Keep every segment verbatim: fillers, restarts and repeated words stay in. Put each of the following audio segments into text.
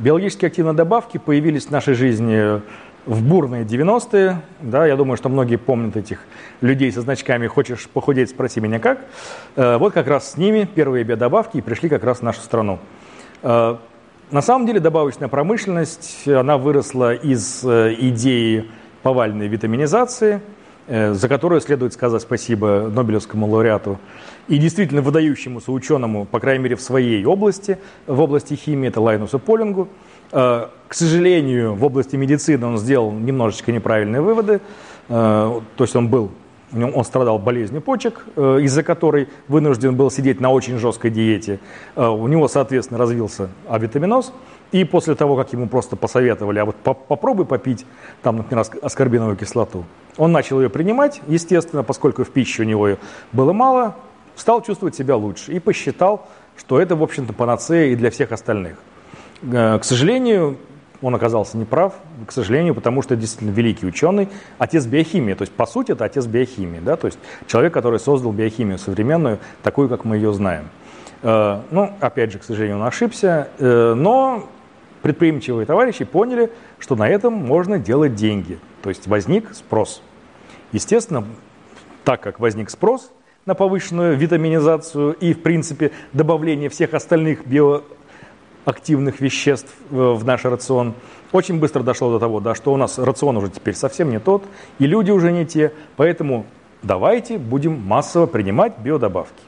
Биологически активные добавки появились в нашей жизни в бурные девяностые. Да, я думаю, что многие помнят этих людей со значками «Хочешь похудеть, спроси меня как». Вот как раз с ними первые биодобавки и пришли как раз в нашу страну. На самом деле добавочная промышленность, она выросла из идеи повальной витаминизации, за которую следует сказать спасибо Нобелевскому лауреату и действительно выдающемуся ученому, по крайней мере в своей области, в области химии, это Лайнусу Полингу. К сожалению, в области медицины он сделал немножечко неправильные выводы, то есть он был, он страдал болезнью почек, из-за которой вынужден был сидеть на очень жесткой диете. У него, соответственно, развился авитаминоз. И после того, как ему просто посоветовали, а вот попробуй попить, там, например, аскорбиновую кислоту, он начал ее принимать, естественно, поскольку в пище у него было мало, стал чувствовать себя лучше и посчитал, что это, в общем-то, панацея и для всех остальных. К сожалению, он оказался неправ, к сожалению, потому что это действительно великий ученый, отец биохимии, то есть, по сути, это отец биохимии, да, то есть человек, который создал биохимию современную, такую, как мы ее знаем. Ну, опять же, к сожалению, он ошибся, но предприимчивые товарищи поняли, что на этом можно делать деньги, то есть возник спрос. Естественно, так как возник спрос на повышенную витаминизацию и, в принципе, добавление всех остальных биоактивных веществ в наш рацион, очень быстро дошло до того, да, что у нас рацион уже теперь совсем не тот, и люди уже не те, поэтому давайте будем массово принимать биодобавки.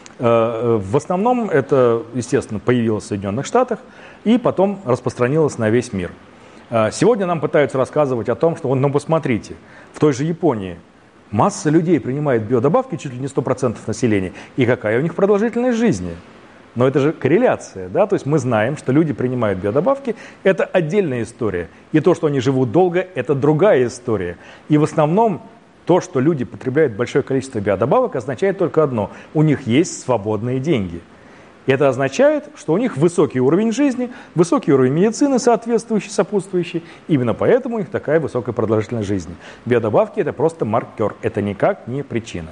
В основном это, естественно, появилось в Соединенных Штатах и потом распространилось на весь мир. Сегодня нам пытаются рассказывать о том, что, ну посмотрите, в той же Японии масса людей принимает биодобавки, чуть ли не сто процентов населения, и какая у них продолжительность жизни. Но это же корреляция, да, то есть мы знаем, что люди принимают биодобавки, это отдельная история, и то, что они живут долго, это другая история. И в основном то, что люди потребляют большое количество биодобавок, означает только одно – у них есть свободные деньги. И это означает, что у них высокий уровень жизни, высокий уровень медицины, соответствующий, сопутствующий. Именно поэтому у них такая высокая продолжительность жизни. Биодобавки – это просто маркер, это никак не причина.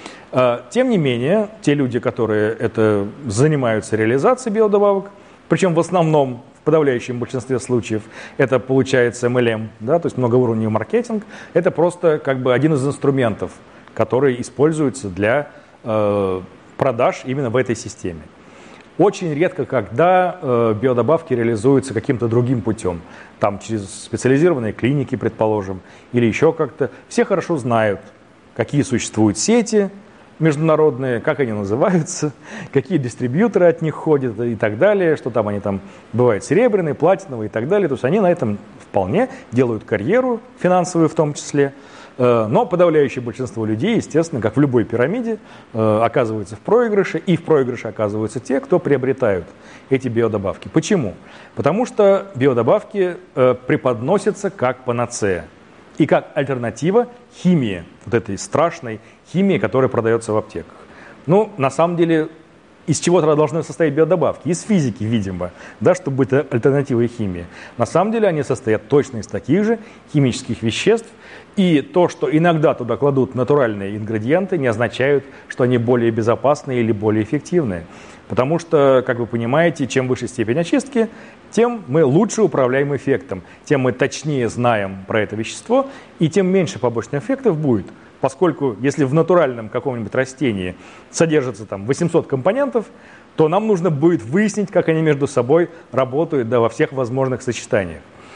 Тем не менее, те люди, которые это, занимаются реализацией биодобавок, причем в основном, в подавляющем большинстве случаев, это получается эм эл эм, да, то есть многоуровневый маркетинг, это просто как бы один из инструментов, который используется для э, продаж именно в этой системе. Очень редко, когда э, биодобавки реализуются каким-то другим путем, там через специализированные клиники, предположим, или еще как-то. Все хорошо знают, какие существуют сети международные, как они называются, какие дистрибьюторы от них ходят и так далее, что там они там бывают серебряные, платиновые и так далее. То есть они на этом вполне делают карьеру, финансовую в том числе. Но подавляющее большинство людей, естественно, как в любой пирамиде, оказываются в проигрыше, и в проигрыше оказываются те, кто приобретают эти биодобавки. Почему? Потому что биодобавки преподносятся как панацея и как альтернатива химии, вот этой страшной химии, которая продается в аптеках. Ну, на самом деле, из чего тогда должны состоять биодобавки? Из физики, видимо, да, чтобы быть альтернативой химии. На самом деле они состоят точно из таких же химических веществ. И то, что иногда туда кладут натуральные ингредиенты, не означает, что они более безопасные или более эффективные. Потому что, как вы понимаете, чем выше степень очистки, тем мы лучше управляем эффектом, тем мы точнее знаем про это вещество, и тем меньше побочных эффектов будет. Поскольку если в натуральном каком-нибудь растении содержится там восемьсот компонентов, то нам нужно будет выяснить, как они между собой работают, да, во всех возможных сочетаниях.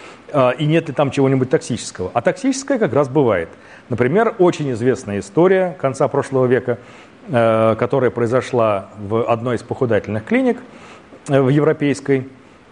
И нет ли там чего-нибудь токсического. А токсическое как раз бывает. Например, очень известная история конца прошлого века, которая произошла в одной из похудательных клиник в европейской.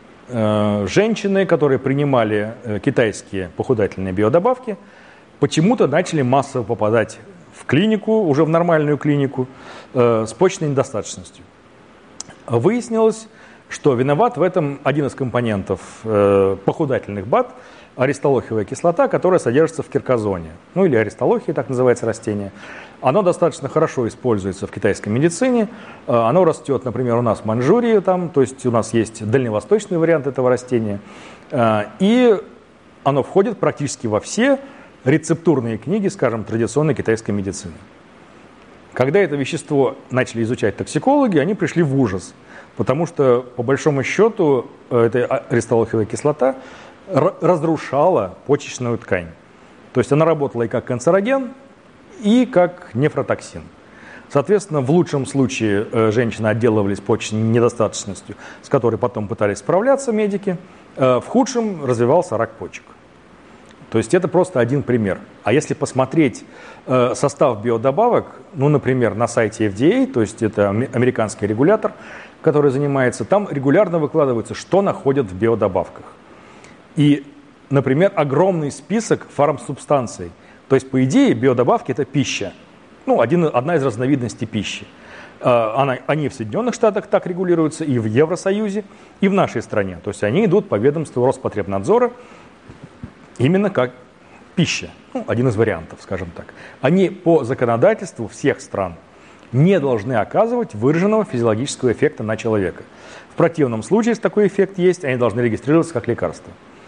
Женщины, которые принимали китайские похудательные биодобавки, почему-то начали массово попадать в клинику, уже в нормальную клинику, с почечной недостаточностью. Выяснилось, что виноват в этом один из компонентов э, похудательных БАД, аристолохиевая кислота, которая содержится в киркозоне, ну или аристолохия, так называется растение. Оно достаточно хорошо используется в китайской медицине, э, оно растет, например, у нас в Маньчжурии, там, то есть у нас есть дальневосточный вариант этого растения, э, и оно входит практически во все рецептурные книги, скажем, традиционной китайской медицины. Когда это вещество начали изучать токсикологи, они пришли в ужас, потому что, по большому счету, эта аристолофиловая кислота разрушала почечную ткань. То есть она работала и как канцероген, и как нефротоксин. Соответственно, в лучшем случае женщины отделывались почечной недостаточностью, с которой потом пытались справляться медики. В худшем развивался рак почек. То есть это просто один пример. А если посмотреть состав биодобавок, ну, например, на сайте эф ди эй, то есть это американский регулятор, который занимается, там регулярно выкладывается, что находят в биодобавках. И, например, огромный список фармсубстанций. То есть, по идее, биодобавки – это пища. Ну, один, одна из разновидностей пищи. Она, они в Соединенных Штатах так регулируются, и в Евросоюзе, и в нашей стране. То есть они идут по ведомству Роспотребнадзора именно как пища. Ну, один из вариантов, скажем так. Они по законодательству всех стран не должны оказывать выраженного физиологического эффекта на человека. В противном случае, если такой эффект есть, они должны регистрироваться как лекарство.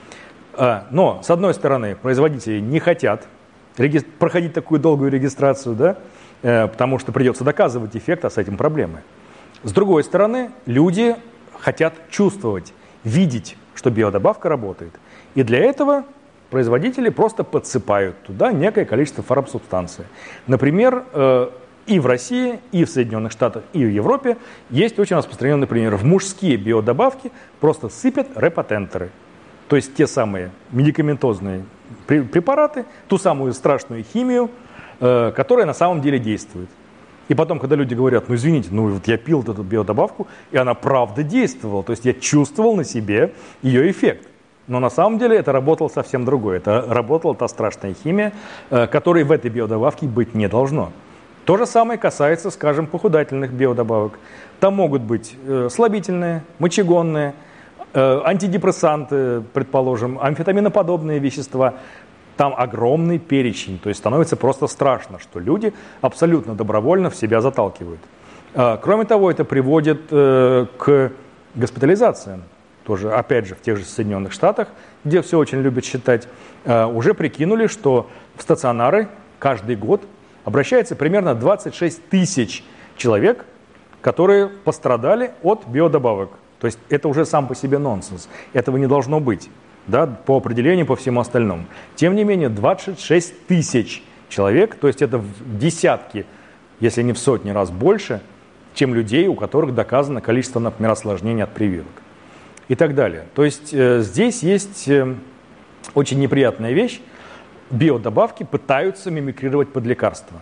Но, с одной стороны, производители не хотят проходить такую долгую регистрацию, да, потому что придется доказывать эффект, а с этим проблемы. С другой стороны, люди хотят чувствовать, видеть, что биодобавка работает. И для этого производители просто подсыпают туда некое количество фармсубстанций. Например, и в России, и в Соединенных Штатах, и в Европе есть очень распространенный пример. В мужские биодобавки просто сыпят репатентеры. То есть те самые медикаментозные препараты, ту самую страшную химию, э, которая на самом деле действует. И потом, когда люди говорят, ну извините, ну вот я пил эту биодобавку, и она правда действовала. То есть я чувствовал на себе ее эффект. Но на самом деле это работало совсем другое. Это работала та страшная химия, э, которой в этой биодобавке быть не должно. То же самое касается, скажем, похудательных биодобавок. Там могут быть э, слабительные, мочегонные, антидепрессанты, предположим, амфетаминоподобные вещества. Там огромный перечень. То есть становится просто страшно, что люди абсолютно добровольно в себя заталкивают. Кроме того, это приводит к госпитализациям. Тоже, опять же, в тех же Соединенных Штатах, где все очень любят считать, уже прикинули, что в стационары каждый год обращается примерно двадцать шесть тысяч человек, которые пострадали от биодобавок. То есть это уже сам по себе нонсенс. Этого не должно быть, да, по определению, по всему остальному. Тем не менее, двадцать шесть тысяч человек, то есть это в десятки, если не в сотни раз больше, чем людей, у которых доказано количество, например, осложнений от прививок. И так далее. То есть э, здесь есть э, очень неприятная вещь. Биодобавки пытаются мимикрировать под лекарства.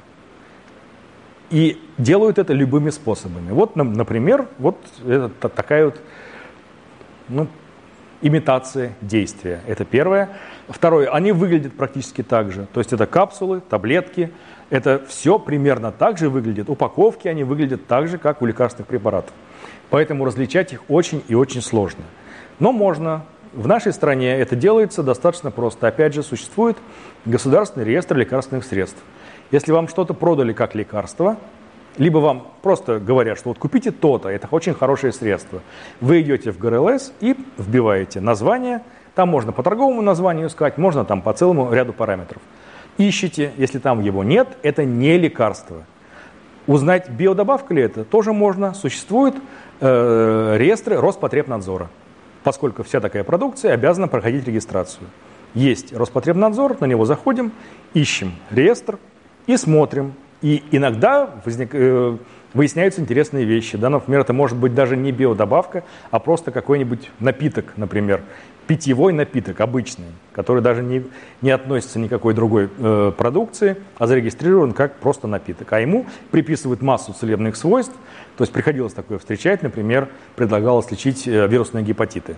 И делают это любыми способами. Вот, например, вот это такая вот, ну, имитация действия. Это первое. Второе, они выглядят практически так же. То есть это капсулы, таблетки. Это все примерно так же выглядит. Упаковки, они выглядят так же, как у лекарственных препаратов. Поэтому различать их очень и очень сложно. Но можно. В нашей стране это делается достаточно просто. Опять же, существует государственный реестр лекарственных средств. Если вам что-то продали как лекарство, либо вам просто говорят, что вот купите то-то, это очень хорошее средство, вы идете в гэ эр эл эс и вбиваете название, там можно по торговому названию искать, можно там по целому ряду параметров. Ищите, если там его нет, это не лекарство. Узнать, биодобавка ли это, тоже можно. Существуют э, реестры Роспотребнадзора, поскольку вся такая продукция обязана проходить регистрацию. Есть Роспотребнадзор, на него заходим, ищем реестр и смотрим. И иногда возник, э, выясняются интересные вещи. Да? Например, это может быть даже не биодобавка, а просто какой-нибудь напиток, например, питьевой напиток обычный, который даже не, не относится ни к какой другой э, продукции, а зарегистрирован как просто напиток. А ему приписывают массу целебных свойств. То есть приходилось такое встречать, например, предлагалось лечить э, вирусные гепатиты.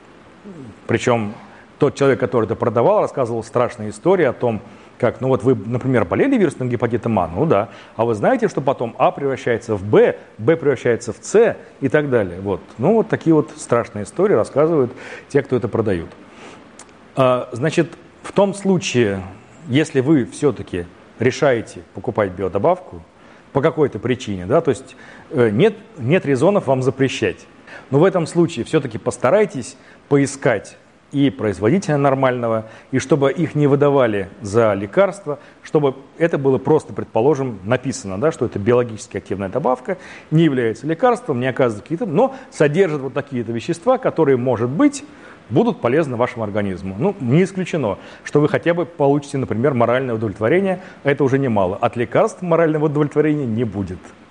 Причем тот человек, который это продавал, рассказывал страшные истории о том, как, ну вот вы, например, болели вирусным гепатитом А, ну да, а вы знаете, что потом А превращается в Б, Б превращается в С и так далее. Вот. Ну вот такие вот страшные истории рассказывают те, кто это продают. А, значит, в том случае, если вы все-таки решаете покупать биодобавку по какой-то причине, да, то есть нет, нет резонов вам запрещать, но в этом случае все-таки постарайтесь поискать и производителя нормального, и чтобы их не выдавали за лекарства, чтобы это было просто, предположим, написано, да, что это биологически активная добавка, не является лекарством, не оказывает какие-то, но содержит вот такие-то вещества, которые, может быть, будут полезны вашему организму. Ну, не исключено, что вы хотя бы получите, например, моральное удовлетворение, это уже немало. От лекарств морального удовлетворения не будет.